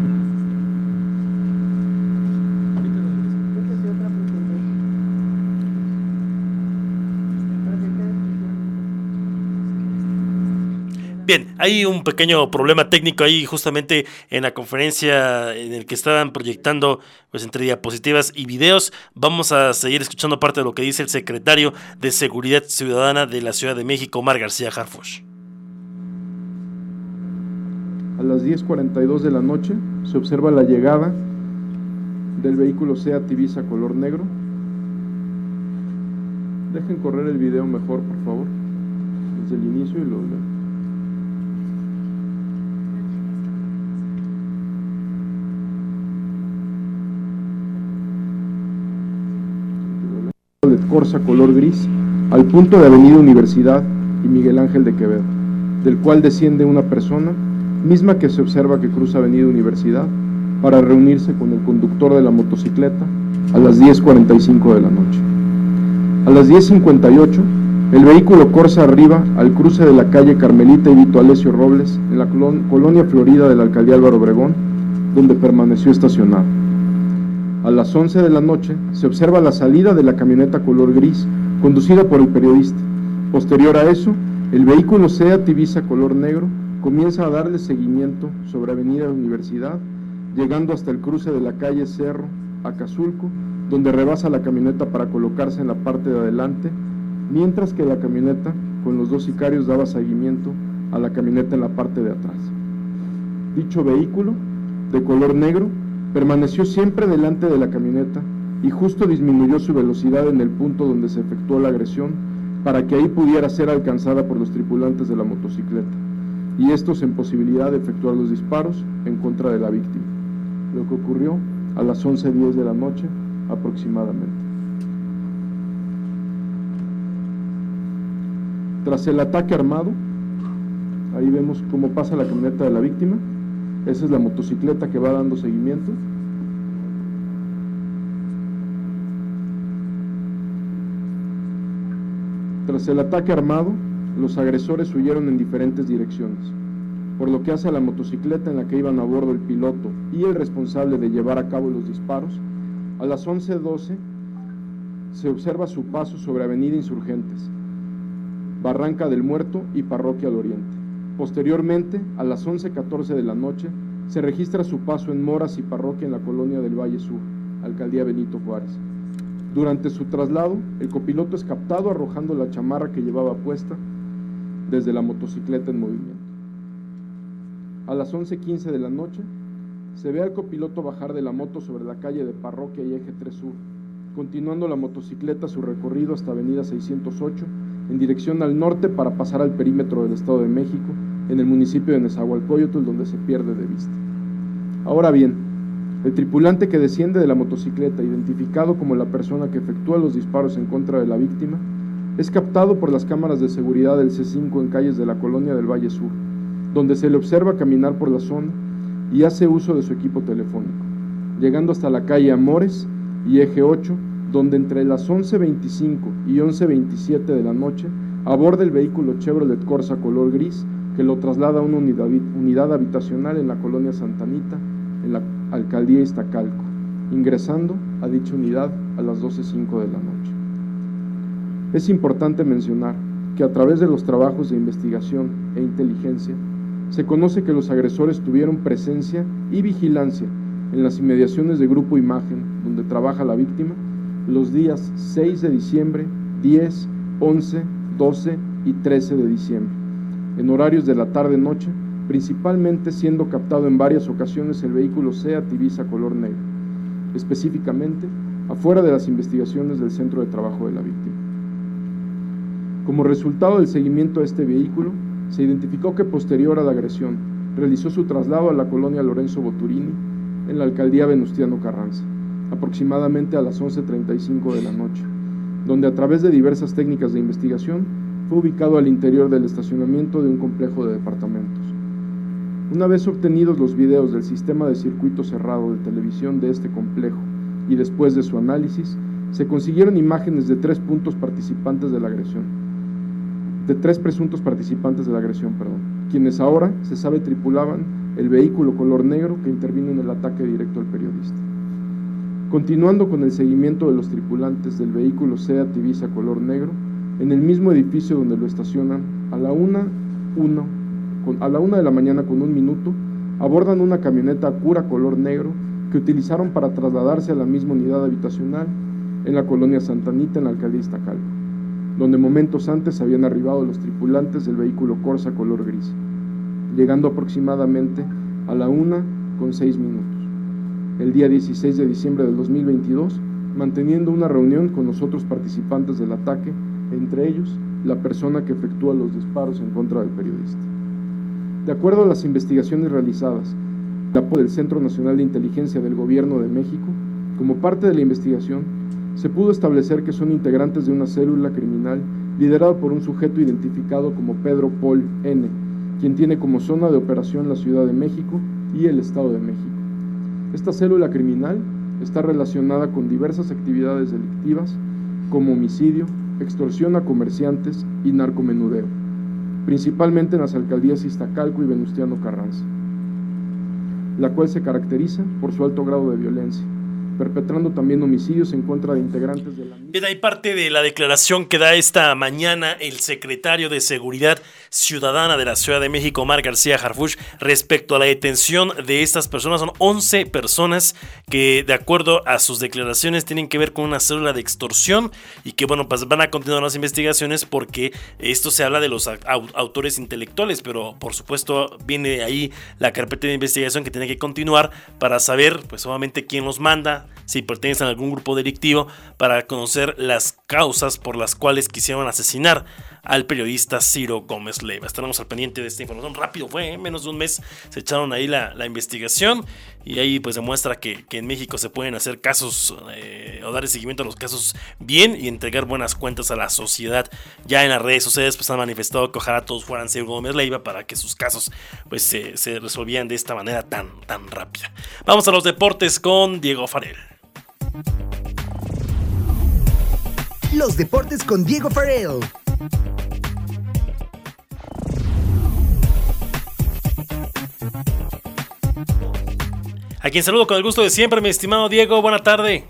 Déjese otra, por favor. Para que quede. Bien, hay un pequeño problema técnico ahí justamente en la conferencia en el que estaban proyectando pues entre diapositivas y videos. Vamos a seguir escuchando parte de lo que dice el secretario de Seguridad Ciudadana de la Ciudad de México, Omar García Harfuch. A las diez cuarenta y dos de la noche se observa la llegada del vehículo Seat Ibiza color negro. Dejen correr el video mejor, por favor. desde el inicio y lo leo. Corsa color gris al punto de Avenida Universidad y Miguel Ángel de Quevedo, del cual desciende una persona, misma que se observa que cruza Avenida Universidad para reunirse con el conductor de la motocicleta a las diez cuarenta y cinco de la noche. A las diez cincuenta y ocho, el vehículo corsa arriba al cruce de la calle Carmelita y Vito Alessio Robles, en la colonia Florida de la alcaldía Álvaro Obregón, donde permaneció estacionado. A las once de la noche se observa la salida de la camioneta color gris conducida por el periodista. Posterior a eso, el vehículo Seat Ibiza color negro comienza a darle seguimiento sobre Avenida Universidad, llegando hasta el cruce de la calle Cerro, Acazulco, donde rebasa la camioneta para colocarse en la parte de adelante, mientras que la camioneta con los dos sicarios daba seguimiento a la camioneta en la parte de atrás. Dicho vehículo, de color negro, permaneció siempre delante de la camioneta y justo disminuyó su velocidad en el punto donde se efectuó la agresión para que ahí pudiera ser alcanzada por los tripulantes de la motocicleta, y estos en posibilidad de efectuar los disparos en contra de la víctima, lo que ocurrió a las once diez de la noche aproximadamente. Tras el ataque armado, ahí vemos cómo pasa la camioneta de la víctima. Esa es la motocicleta que va dando seguimiento. Tras el ataque armado, los agresores huyeron en diferentes direcciones, por lo que hace a la motocicleta en la que iban a bordo el piloto y el responsable de llevar a cabo los disparos. A las once doce se observa su paso sobre Avenida Insurgentes, Barranca del Muerto y Parroquia al Oriente. Posteriormente, a las once catorce de la noche, se registra su paso en Moras y Parroquia en la colonia del Valle Sur, alcaldía Benito Juárez. Durante su traslado, el copiloto es captado arrojando la chamarra que llevaba puesta desde la motocicleta en movimiento. A las once quince de la noche, se ve al copiloto bajar de la moto sobre la calle de Parroquia y Eje tres Sur, continuando la motocicleta su recorrido hasta Avenida seiscientos ocho, en dirección al norte para pasar al perímetro del Estado de México, en el municipio de Nezahualcóyotl, donde se pierde de vista. Ahora bien, el tripulante que desciende de la motocicleta, identificado como la persona que efectúa los disparos en contra de la víctima, es captado por las cámaras de seguridad del C cinco en calles de la colonia del Valle Sur, donde se le observa caminar por la zona y hace uso de su equipo telefónico, llegando hasta la calle Amores y Eje ocho, donde entre las once veinticinco y once veintisiete de la noche aborda el vehículo Chevrolet Corsa color gris que lo traslada a una unidad, unidad habitacional en la colonia Santa Anita, en la alcaldía Iztacalco, ingresando a dicha unidad a las doce cinco de la noche. Es importante mencionar que a través de los trabajos de investigación e inteligencia se conoce que los agresores tuvieron presencia y vigilancia en las inmediaciones de Grupo Imagen, donde trabaja la víctima, los días seis de diciembre, diez, once, doce y trece de diciembre, en horarios de la tarde-noche, principalmente siendo captado en varias ocasiones el vehículo Seat Ibiza color negro, específicamente afuera de las investigaciones del centro de trabajo de la víctima. Como resultado del seguimiento a este vehículo, se identificó que posterior a la agresión realizó su traslado a la colonia Lorenzo Boturini en la alcaldía Venustiano Carranza, aproximadamente a las once treinta y cinco de la noche, donde a través de diversas técnicas de investigación fue ubicado al interior del estacionamiento de un complejo de departamentos. Una vez obtenidos los videos del sistema de circuito cerrado de televisión de este complejo y después de su análisis, se consiguieron imágenes de tres puntos participantes de la agresión, de tres presuntos participantes de la agresión, perdón, quienes ahora se sabe tripulaban el vehículo color negro que intervino en el ataque directo al periodista. Continuando con el seguimiento de los tripulantes del vehículo Seat Ibiza color negro, en el mismo edificio donde lo estacionan, a la una, uno, con, a la una de la mañana con un minuto, abordan una camioneta Acura color negro que utilizaron para trasladarse a la misma unidad habitacional en la colonia Santa Anita, en la alcaldía Iztacalco, donde momentos antes habían arribado los tripulantes del vehículo Corsa color gris, llegando aproximadamente a la una con seis minutos. El día dieciséis de diciembre del dos mil veintidós, manteniendo una reunión con los otros participantes del ataque entre ellos la persona que efectúa los disparos en contra del periodista. De acuerdo a las investigaciones realizadas, el apoyo del Centro Nacional de Inteligencia del Gobierno de México, como parte de la investigación, se pudo establecer que son integrantes de una célula criminal liderada por un sujeto identificado como Pedro Paul N., quien tiene como zona de operación la Ciudad de México y el Estado de México. Esta célula criminal está relacionada con diversas actividades delictivas como homicidio, extorsión a comerciantes y narcomenudeo, principalmente en las alcaldías Iztacalco y Venustiano Carranza, la cual se caracteriza por su alto grado de violencia, perpetrando también homicidios en contra de integrantes de la misma. Bien, hay parte de la declaración que da esta mañana el secretario de Seguridad Ciudadana de la Ciudad de México, Omar García Harfuch, respecto a la detención de estas personas. Son once personas que, de acuerdo a sus declaraciones, tienen que ver con una célula de extorsión y que, bueno, pues van a continuar las investigaciones porque esto se habla de los autores intelectuales, pero por supuesto viene ahí la carpeta de investigación que tiene que continuar para saber, pues obviamente, quién los manda, si pertenecen a algún grupo delictivo, para conocer las causas por las cuales quisieron asesinar al periodista Ciro Gómez Leiva. Estaremos al pendiente de esta información. Rápido fue, ¿eh? Menos de un mes se echaron ahí la, la investigación y ahí pues demuestra que, que en México se pueden hacer casos eh, o dar seguimiento a los casos bien y entregar buenas cuentas a la sociedad. Ya en las redes sociales pues han manifestado que ojalá todos fueran Ciro Gómez Leiva para que sus casos pues se, se resolvieran de esta manera tan, tan rápida. Vamos a los deportes con Diego Farell. Los deportes con Diego Farell. A quien saludo con el gusto de siempre, mi estimado Diego, buena tarde.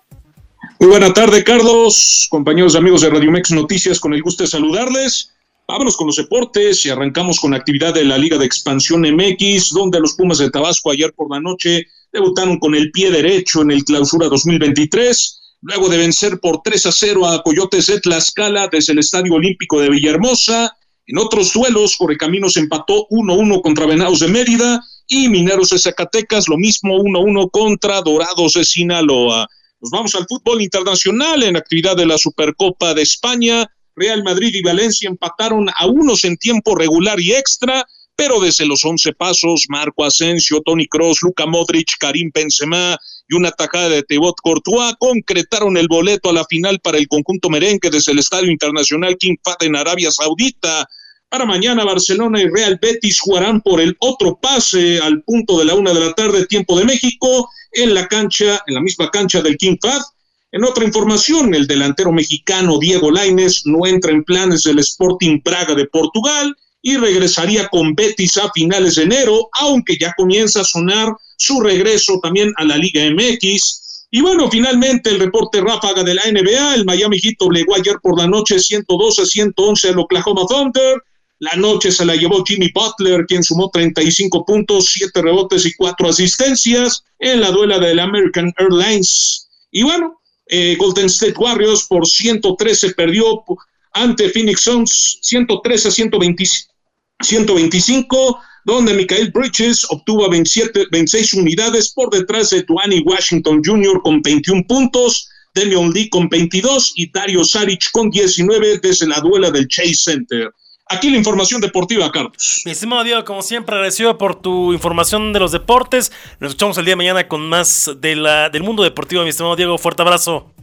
Muy buena tarde, Carlos, compañeros y amigos de Radio Mex Noticias, con el gusto de saludarles. Vámonos con los deportes y arrancamos con la actividad de la Liga de Expansión M X, donde los Pumas de Tabasco ayer por la noche debutaron con el pie derecho en el Clausura dos mil veintitrés, luego de vencer por tres a cero a Coyotes de Tlaxcala desde el Estadio Olímpico de Villahermosa. En otros duelos, Correcaminos empató uno a uno contra Venados de Mérida y Mineros de Zacatecas, lo mismo uno a uno contra Dorados de Sinaloa. Nos vamos al fútbol internacional en actividad de la Supercopa de España. Real Madrid y Valencia empataron a unos en tiempo regular y extra, pero desde los once pasos, Marco Asensio, Toni Kroos, Luka Modric, Karim Benzema y una tajada de Thibaut Courtois concretaron el boleto a la final para el conjunto merengue desde el Estadio Internacional King Fahd en Arabia Saudita. Para mañana, Barcelona y Real Betis jugarán por el otro pase al punto de la una de la tarde, tiempo de México, en la cancha, en la misma cancha del King Fahd. En otra información, el delantero mexicano Diego Lainez no entra en planes del Sporting Braga de Portugal y regresaría con Betis a finales de enero, aunque ya comienza a sonar su regreso también a la Liga M X. Y bueno, finalmente el reporte ráfaga de la N B A, el Miami Heat doblegó ayer por la noche ciento doce a ciento once al Oklahoma Thunder. La noche se la llevó Jimmy Butler, quien sumó treinta y cinco puntos, siete rebotes y cuatro asistencias en la duela del American Airlines. Y bueno, eh, Golden State Warriors por ciento trece perdió ante Phoenix Suns, ciento trece a ciento veinte, ciento veinticinco, donde Mikal Bridges obtuvo veintisiete, veintiséis unidades por detrás de Dwayne Washington junior con veintiún puntos, Damian Lee con veintidós y Dario Saric con diecinueve desde la duela del Chase Center. Aquí la información deportiva, Carlos. Mi estimado Diego, como siempre, agradecido por tu información de los deportes. Nos escuchamos el día de mañana con más de la, del mundo deportivo, mi estimado Diego. Fuerte abrazo.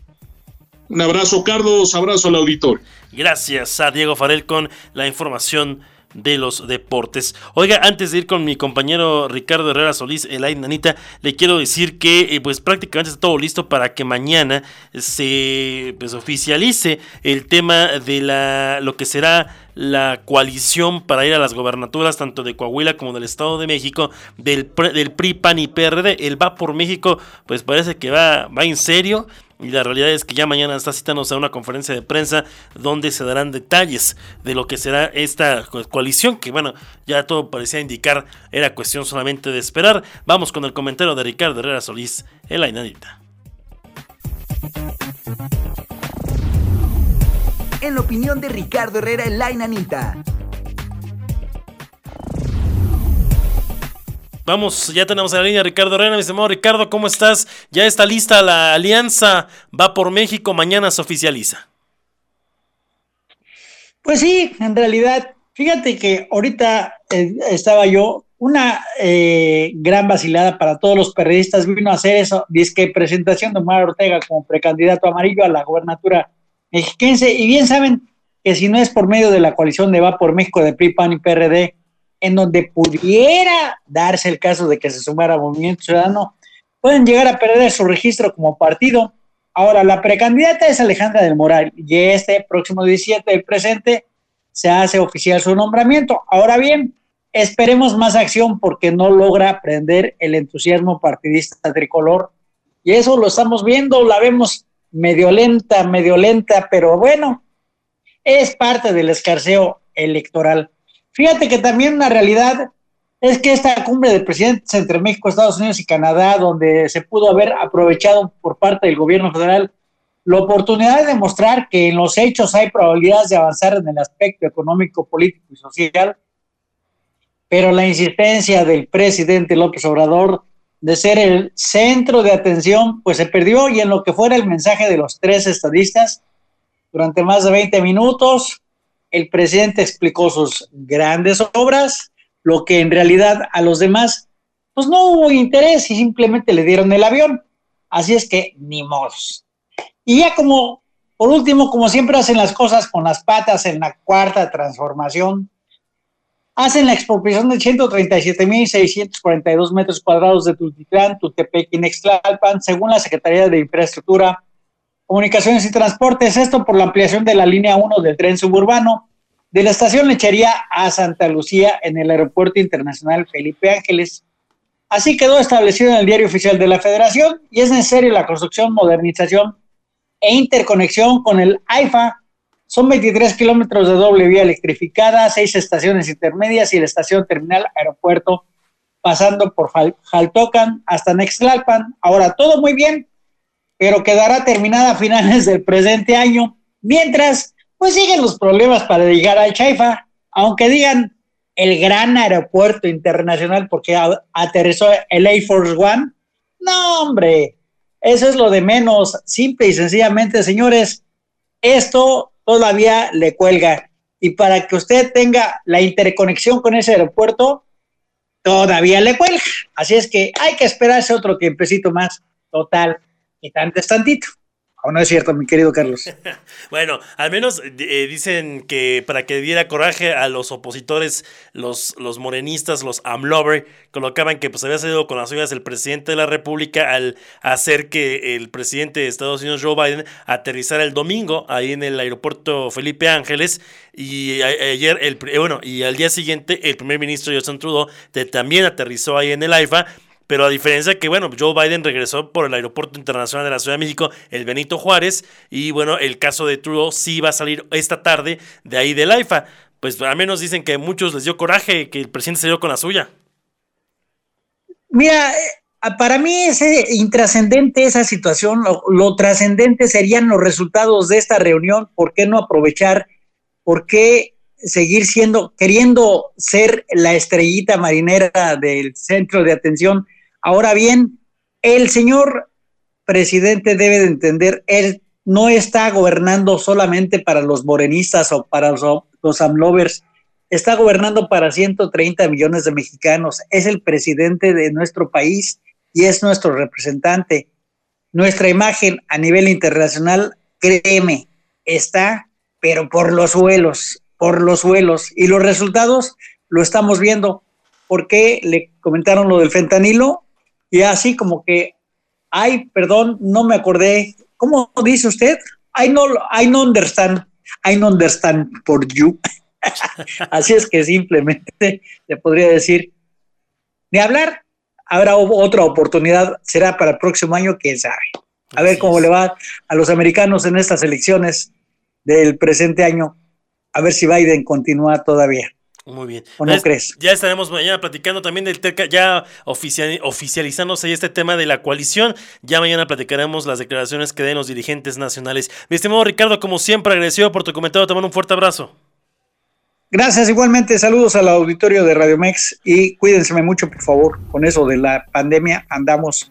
Un abrazo, Carlos. Abrazo al auditorio. Gracias a Diego Farell con la información de los deportes. Oiga, antes de ir con mi compañero Ricardo Herrera Solís, el Ay Nanita, le quiero decir que eh, pues prácticamente está todo listo para que mañana se pues, oficialice el tema de la lo que será la coalición para ir a las gobernaturas tanto de Coahuila como del Estado de México del, del P R I, P A N y P R D. El Va por México pues parece que va, va en serio. Y la realidad es que ya mañana está citándose a una conferencia de prensa donde se darán detalles de lo que será esta coalición, que bueno, ya todo parecía indicar era cuestión solamente de esperar. Vamos con el comentario de Ricardo Herrera Solís, el Ay Nanita. En la opinión de Ricardo Herrera, el Ay Nanita. Vamos, ya tenemos en la línea a Ricardo Herrera. Mi estimado Ricardo, ¿cómo estás? Ya está lista la alianza Va por México, mañana se oficializa. Pues sí, en realidad, fíjate que ahorita eh, estaba yo, una eh, gran vacilada para todos los periodistas vino a hacer eso, dice que presentación de Omar Ortega como precandidato amarillo a la gobernatura mexiquense, y bien saben que si no es por medio de la coalición de Va por México de P R I, P A N y P R D, en donde pudiera darse el caso de que se sumara Movimiento Ciudadano, pueden llegar a perder su registro como partido. Ahora, la precandidata es Alejandra del Moral, y este próximo diecisiete del presente se hace oficial su nombramiento. Ahora bien, esperemos más acción porque no logra prender el entusiasmo partidista tricolor, y eso lo estamos viendo, la vemos medio lenta, medio lenta, pero bueno, es parte del escarceo electoral. Fíjate que también una realidad es que esta cumbre de presidentes entre México, Estados Unidos y Canadá, donde se pudo haber aprovechado por parte del gobierno federal la oportunidad de demostrar que en los hechos hay probabilidades de avanzar en el aspecto económico, político y social, pero la insistencia del presidente López Obrador de ser el centro de atención, pues se perdió, y en lo que fuera el mensaje de los tres estadistas, durante más de veinte minutos, el presidente explicó sus grandes obras, lo que en realidad a los demás, pues no hubo interés y simplemente le dieron el avión. Así es que ni modos. Y ya como, por último, como siempre hacen las cosas con las patas en la cuarta transformación, hacen la expropiación de ciento treinta y siete mil seiscientos cuarenta y dos metros cuadrados de Tultitlán, Tultepec y Nextlalpan, según la Secretaría de Infraestructura, Comunicaciones y Transportes, esto por la ampliación de la línea uno del tren suburbano, de la estación Lechería a Santa Lucía en el Aeropuerto Internacional Felipe Ángeles. Así quedó establecido en el Diario Oficial de la Federación, y es necesaria la construcción, modernización e interconexión con el AIFA. Son veintitrés kilómetros de doble vía electrificada, seis estaciones intermedias y la estación terminal aeropuerto, pasando por Jaltocan hasta Nextlalpan. Ahora, todo muy bien, pero quedará terminada a finales del presente año, mientras pues siguen los problemas para llegar al Chaifa, aunque digan el gran aeropuerto internacional porque a- aterrizó el Air Force One. No, hombre, eso es lo de menos. Simple y sencillamente, señores, esto todavía le cuelga. Y para que usted tenga la interconexión con ese aeropuerto, todavía le cuelga. Así es que hay que esperarse otro tiempecito más. Total, y tanto es tantito. ¿O no es cierto, mi querido Carlos? Bueno, al menos eh, dicen que para que diera coraje a los opositores, los, los morenistas, los AMLover, colocaban que pues había salido con las suyas el presidente de la República al hacer que el presidente de Estados Unidos, Joe Biden, aterrizara el domingo ahí en el aeropuerto Felipe Ángeles, y a, ayer, el, eh, bueno, y al día siguiente el primer ministro Justin Trudeau de, también aterrizó ahí en el AIFA. Pero a diferencia que, bueno, Joe Biden regresó por el Aeropuerto Internacional de la Ciudad de México, el Benito Juárez, y bueno, el caso de Trudeau sí va a salir esta tarde de ahí del AIFA. Pues al menos dicen que a muchos les dio coraje que el presidente se dio con la suya. Mira, para mí es intrascendente esa situación, lo, lo trascendente serían los resultados de esta reunión. ¿Por qué no aprovechar? ¿Por qué seguir siendo, queriendo ser la estrellita marinera del centro de atención? Ahora bien, el señor presidente debe de entender, él no está gobernando solamente para los morenistas o para los, los AMLovers, está gobernando para ciento treinta millones de mexicanos, es el presidente de nuestro país y es nuestro representante. Nuestra imagen a nivel internacional, créeme, está, pero por los suelos, por los suelos, y los resultados lo estamos viendo. Porque le comentaron lo del fentanilo, y así como que, ay, perdón, no me acordé, ¿cómo dice usted? I no, I no understand, I no understand for you. Así es que simplemente le podría decir, ni hablar, habrá otra oportunidad, será para el próximo año, quién sabe. A ver cómo le va a los americanos en estas elecciones del presente año, a ver si Biden continúa todavía. Muy bien. ¿O no ya, crees? Ya estaremos mañana platicando también del teca, ya oficial, oficializándose este tema de la coalición. Ya mañana platicaremos las declaraciones que den los dirigentes nacionales. Mi estimado Ricardo, como siempre, agradecido por tu comentario. Te mando un fuerte abrazo. Gracias, igualmente. Saludos al auditorio de Radio Mex y cuídense mucho, por favor. Con eso de la pandemia andamos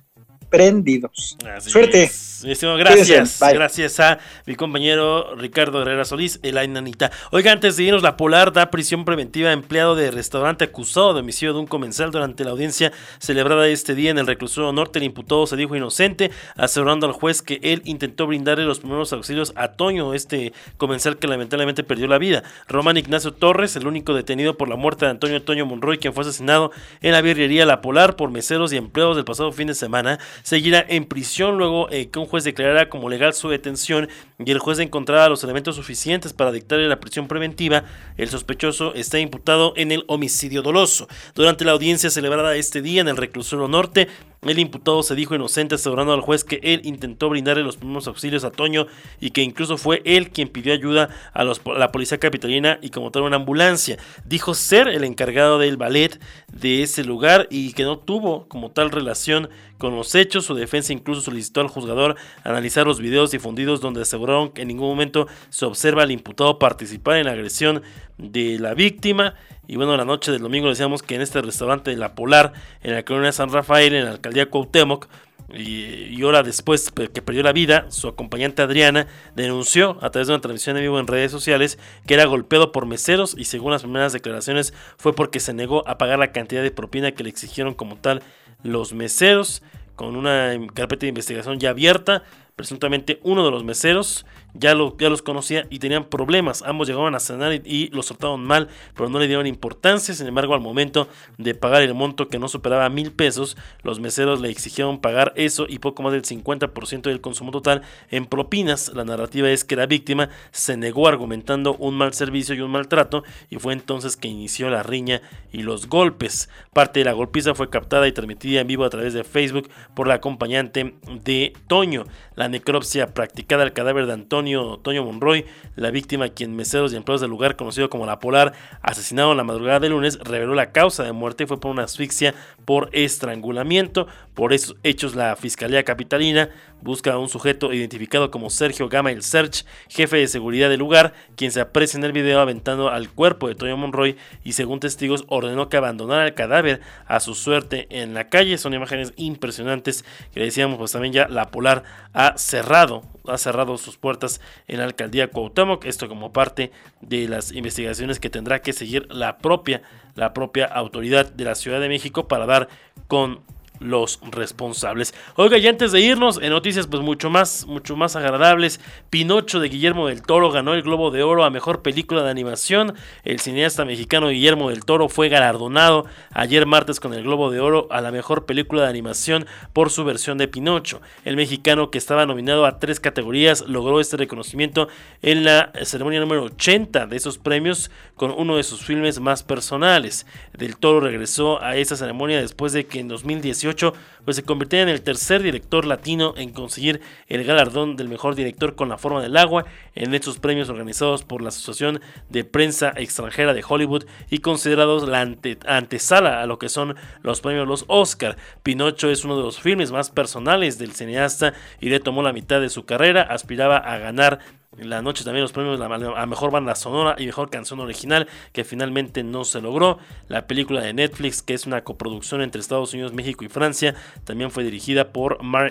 prendidos. Así Suerte. Es. Gracias. Gracias a mi compañero Ricardo Herrera Solís, el Ainanita. Oiga, antes de irnos, la Polar da prisión preventiva a empleado de restaurante acusado de homicidio de un comensal durante la audiencia celebrada este día en el reclusorio norte. El imputado se dijo inocente, asegurando al juez que él intentó brindarle los primeros auxilios a Toño, este comensal que lamentablemente perdió la vida. Román Ignacio Torres, el único detenido por la muerte de Antonio Toño Monroy, quien fue asesinado en la birrería La Polar por meseros y empleados del pasado fin de semana, seguirá en prisión luego eh, que un juez declarara como legal su detención y el juez encontrara los elementos suficientes para dictarle la prisión preventiva. El sospechoso está imputado en el homicidio doloso. Durante la audiencia celebrada este día en el reclusorio norte, el imputado se dijo inocente, asegurando al juez que él intentó brindarle los primeros auxilios a Toño y que incluso fue él quien pidió ayuda a, los, a la policía capitalina y como tal una ambulancia. Dijo ser el encargado del ballet de ese lugar y que no tuvo como tal relación con los hechos. Su defensa incluso solicitó al juzgador analizar los videos difundidos donde aseguraron que en ningún momento se observa al imputado participar en la agresión de la víctima. Y bueno, la noche del domingo decíamos que en este restaurante de La Polar, en la colonia San Rafael, en la alcaldía Cuauhtémoc, y, y hora después que perdió la vida, su acompañante Adriana denunció a través de una transmisión en vivo en redes sociales que era golpeado por meseros y según las primeras declaraciones fue porque se negó a pagar la cantidad de propina que le exigieron como tal los meseros. Con una carpeta de investigación ya abierta, presuntamente uno de los meseros ya, lo, ya los conocía y tenían problemas. Ambos llegaban a cenar y, y los trataron mal, pero no le dieron importancia. Sin embargo, al momento de pagar el monto que no superaba mil pesos, los meseros le exigieron pagar eso y poco más del cincuenta por ciento del consumo total en propinas. La narrativa es que la víctima se negó argumentando un mal servicio y un maltrato y fue entonces que inició la riña y los golpes. Parte de la golpiza fue captada y transmitida en vivo a través de Facebook por la acompañante de Toño. La necropsia practicada al cadáver de Antonio Toño Monroy, la víctima, quien meseros y empleados del lugar conocido como La Polar asesinaron la madrugada del lunes, reveló la causa de muerte y fue por una asfixia por estrangulamiento. Por esos hechos, la Fiscalía Capitalina busca a un sujeto identificado como Sergio Gama el Serch, jefe de seguridad del lugar, quien se aprecia en el video aventando al cuerpo de Toño Monroy y según testigos ordenó que abandonara el cadáver a su suerte en la calle. Son imágenes impresionantes que decíamos, pues también ya La Polar ha cerrado, ha cerrado sus puertas en la alcaldía Cuauhtémoc, esto como parte de las investigaciones que tendrá que seguir la propia, la propia autoridad de la Ciudad de México para dar con los responsables. Oiga, y antes de irnos, en noticias pues mucho más, mucho más agradables, Pinocho de Guillermo del Toro ganó el Globo de Oro a Mejor Película de Animación. El cineasta mexicano Guillermo del Toro fue galardonado ayer martes con el Globo de Oro a la Mejor Película de Animación por su versión de Pinocho. El mexicano, que estaba nominado a tres categorías, logró este reconocimiento en la ceremonia número ochenta de esos premios con uno de sus filmes más personales. Del Toro regresó a esta ceremonia después de que en dos mil dieciocho pues se convirtió en el tercer director latino en conseguir el galardón del mejor director con La Forma del Agua en estos premios organizados por la Asociación de Prensa Extranjera de Hollywood y considerados la ante, antesala a lo que son los premios los Oscar. Pinocho es uno de los filmes más personales del cineasta y le tomó la mitad de su carrera. Aspiraba a ganar la noche también los premios a mejor banda sonora y mejor canción original, que finalmente no se logró. La película de Netflix, que es una coproducción entre Estados Unidos, México y Francia, también fue dirigida por Mark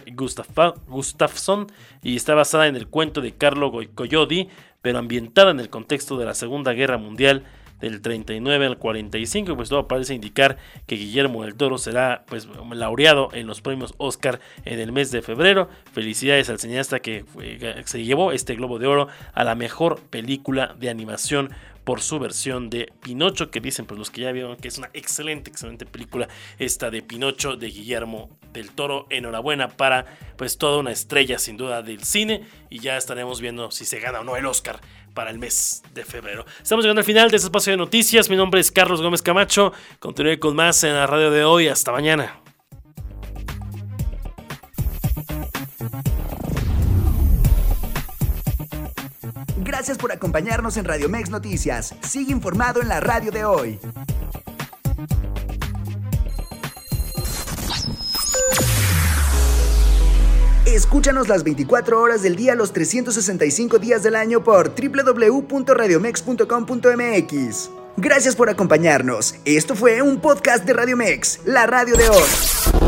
Gustafson y está basada en el cuento de Carlo Collodi, pero ambientada en el contexto de la Segunda Guerra Mundial del treinta y nueve al cuarenta y cinco, pues todo parece indicar que Guillermo del Toro será pues laureado en los premios Oscar en el mes de febrero. Felicidades al cineasta que fue, se llevó este Globo de Oro a la mejor película de animación por su versión de Pinocho, que dicen pues los que ya vieron que es una excelente, excelente película esta de Pinocho de Guillermo del Toro. Enhorabuena para pues toda una estrella sin duda del cine y ya estaremos viendo si se gana o no el Oscar para el mes de febrero. Estamos llegando al final de este espacio de noticias. Mi nombre es Carlos Gómez Camacho. Continuaré con más en la radio de hoy. Hasta mañana. Gracias por acompañarnos en Radio Mex Noticias. Sigue informado en la radio de hoy. Escúchanos las veinticuatro horas del día, los trescientos sesenta y cinco días del año por doble u doble u doble u punto radiomex punto com punto m x. Gracias por acompañarnos. Esto fue un podcast de Radio Mex, la radio de hoy.